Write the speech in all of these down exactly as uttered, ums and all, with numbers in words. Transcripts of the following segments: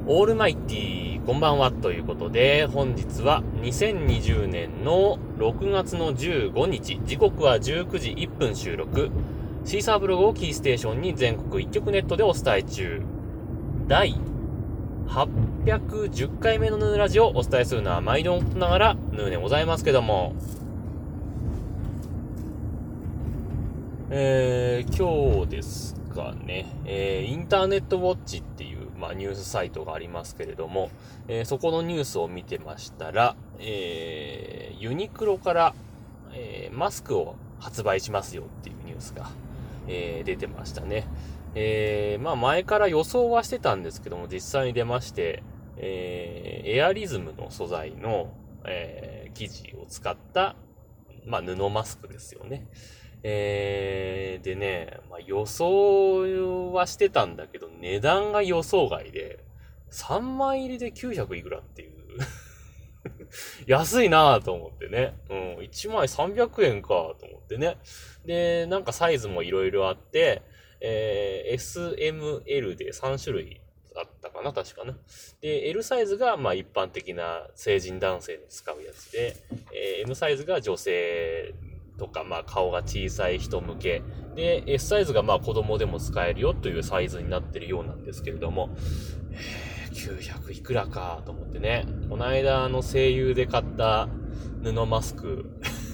オールマイティーこんばんはということで、本日はにせんにじゅうねんのろくがつのじゅうごにち、時刻はじゅうくじいっぷん収録、シーサーブログをキーステーションに全国一曲ネットでお伝え中、だいはっぴゃくじゅっかいめのヌーラジオをお伝えするのは毎度のことながらヌーでございますけども、えー、今日ですかね、えー、インターネットウォッチっていう、まあ、ニュースサイトがありますけれども、えー、そこのニュースを見てましたら、えー、ユニクロから、えー、マスクを発売しますよっていうニュースが、えー、出てましたね。えー、まあ前から予想はしてたんですけども、実際に出まして、えー、エアリズムの素材の、えー、生地を使った、まあ布マスクですよね。えー、でね、まあ、予想はしてたんだけど、値段が予想外で、さんまい入りできゅうひゃくいくらっていう。安いなぁと思ってね。うん、いちまいさんびゃくえんかと思ってね。で、なんかサイズもいろいろあって、えー、エスエムエル でさんしゅるいあったかな、確かな。で、L サイズがまあ一般的な成人男性の使うやつで、えー、M サイズが女性とか、まあ顔が小さい人向け。で、S サイズがまあ子供でも使えるよというサイズになってるようなんですけれども、えー、きゅうひゃくいくらかと思ってね。この間あの声優で買った布マスク。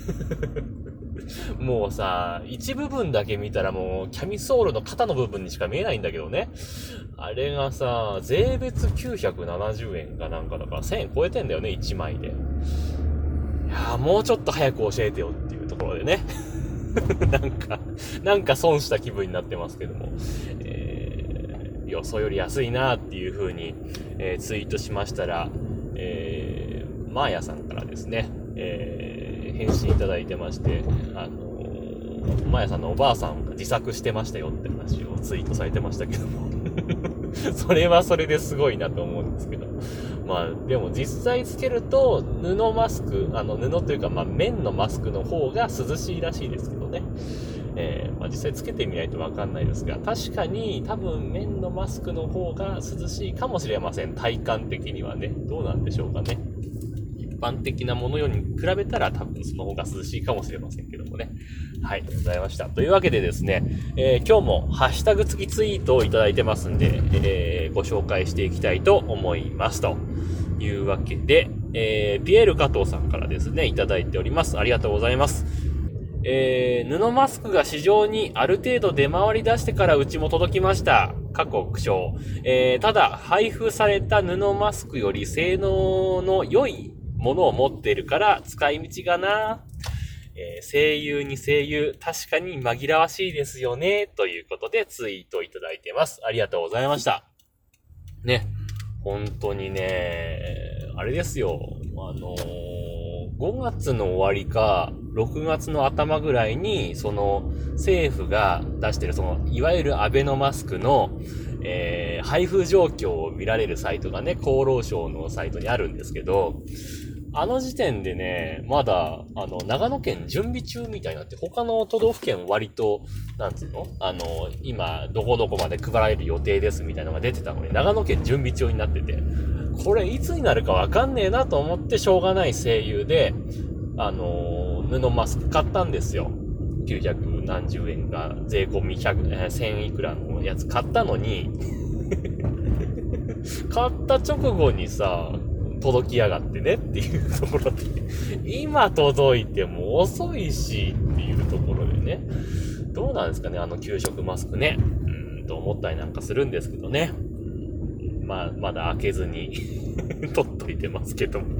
もうさ、一部分だけ見たらもうキャミソールの肩の部分にしか見えないんだけどね。あれがさ、税別きゅうひゃくななじゅうえんかなんかだからせんえん超えてんだよね、いちまいで。いやーもうちょっと早く教えてよっていうところでね。なんか、なんか損した気分になってますけども。えー、予想より安いなーっていう風に、えー、ツイートしましたら、えー、マーヤさんからですね、えー、返信いただいてまして、あのー、マーヤさんのおばあさんが自作してましたよって話をツイートされてましたけども。それはそれですごいなと思うんですけど。まあ、でも実際つけると、布マスク、あの、布というか、まあ、綿のマスクの方が涼しいらしいですけどね。えー、まあ実際つけてみないとわかんないですが、確かに多分綿のマスクの方が涼しいかもしれません。体感的にはね。どうなんでしょうかね。一般的なものより比べたら多分その方が涼しいかもしれませんけどもね。はい、ありがとうございました。というわけでですね、えー、今日もハッシュタグ付きツイートをいただいてますんで、えー、ご紹介していきたいと思います。というわけで、えー、ピエール加藤さんからですね、いただいております。ありがとうございます。えー、布マスクが市場にある程度出回り出してからうちも届きました。過去苦笑。えー、ただ、配布された布マスクより性能の良いものを持っているから使い道がな。えー、声優に声優、確かに紛らわしいですよね。ということでツイートいただいてます。ありがとうございました。ね。本当にね、あれですよ。あのー、ごがつの終わりか、ろくがつの頭ぐらいに、その、政府が出してる、その、いわゆるアベノマスクの、えー、配布状況を見られるサイトがね、厚労省のサイトにあるんですけど、あの時点でね、まだ、あの、長野県準備中みたいになって、他の都道府県割と、なんつうのあの、今、どこどこまで配られる予定ですみたいなのが出てたのに、長野県準備中になってて、これいつになるかわかんねえなと思ってしょうがない声優で、あの、布マスク買ったんですよ。きゅうひゃくなんじゅうえんが税込みひゃく、えー、せんいくらのやつ買ったのに、買った直後にさ、届きやがってねっていうところで、今届いても遅いしっていうところでね、どうなんですかね、あの給食マスクね、うーんと思ったりなんかするんですけどね。まあ、まだ開けずに取っといてますけども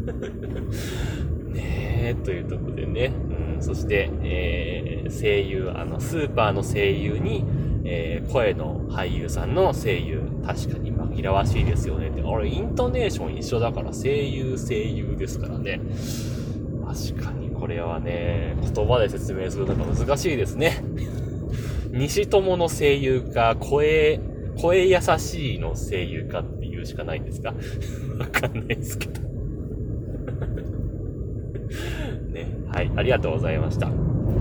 ねえ、というところでね、うん、そして、えー、声優、あの、スーパーの声優に、えー、声の俳優さんの声優、確かに紛らわしいですよねって。あれ、イントネーション一緒だから声優、声優ですからね。確かにこれはね、言葉で説明するのが難しいですね。西友の声優か、声、声優しいの声優かっていうしかないんですかわかんないですけど。ね、はい、ありがとうございました。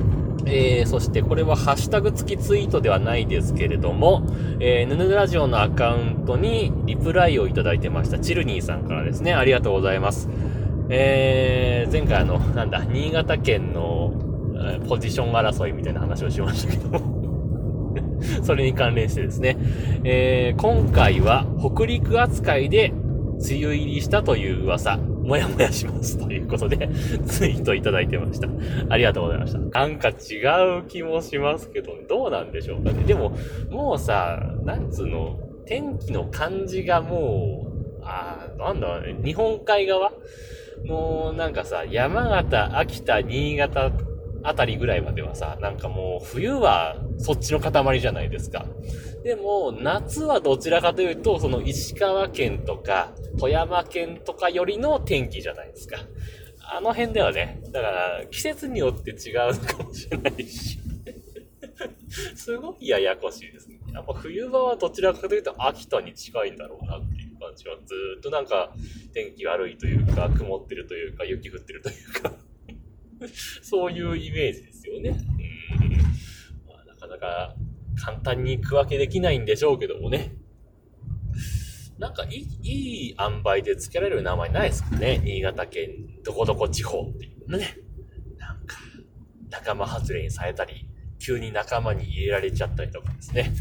えー、そしてこれはハッシュタグ付きツイートではないですけれども、えー、ヌヌラジオのアカウントにリプライをいただいてました。チルニーさんからですね。ありがとうございます。えー、前回あの、なんだ、新潟県のポジション争いみたいな話をしましたけども。それに関連してですね、えー、今回は北陸扱いで梅雨入りしたという噂、もやもやしますということでツイートいただいてました。ありがとうございました。なんか違う気もしますけど、どうなんでしょうかね。でも、もうさ、なんつうの、天気の感じがもう、あー、なんだろうね、日本海側のなんかさ、山形、秋田、新潟、あたりぐらいまではさ、なんかもう冬はそっちの塊じゃないですか。でも夏はどちらかというと、その石川県とか富山県とかよりの天気じゃないですか。あの辺ではね、だから季節によって違うのかもしれないし。すごいややこしいですね。やっぱ冬場はどちらかというと秋田に近いんだろうなっていう感じは、ずーっとなんか天気悪いというか、曇ってるというか、雪降ってるというか。そういうイメージですよね。うん、まあ、なかなか簡単に区分けできないんでしょうけどもね。なんかいい、いい塩梅で付けられる名前ないですかね。新潟県どこどこ地方っていうのね。なんか、仲間外れにされたり、急に仲間に入れられちゃったりとかですね。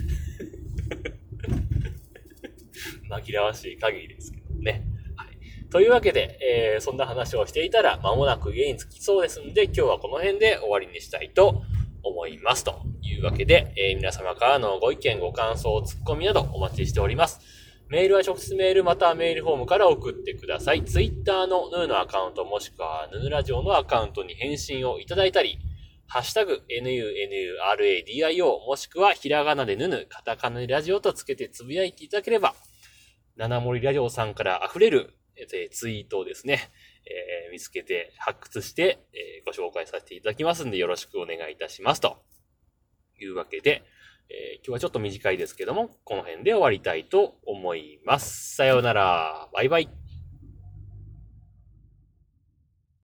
紛らわしい限りですけどね。というわけで、えー、そんな話をしていたら間もなく家に着きそうですので、今日はこの辺で終わりにしたいと思います。というわけで、えー、皆様からのご意見、ご感想、ツッコミなどお待ちしております。メールは直接メールまたはメールフォームから送ってください。ツイッターのヌーのアカウントもしくはヌヌラジオのアカウントに返信をいただいたり、ハッシュタグ エヌユーエヌユーアールエーディーアイオー もしくはひらがなでヌヌ、カタカナでラジオとつけてつぶやいていただければ、七森ラジオさんから溢れるツイートをですね、えー、見つけて発掘して、えー、ご紹介させていただきますんでよろしくお願いいたしますというわけで、えー、今日はちょっと短いですけどもこの辺で終わりたいと思います。さようなら。バイバイ。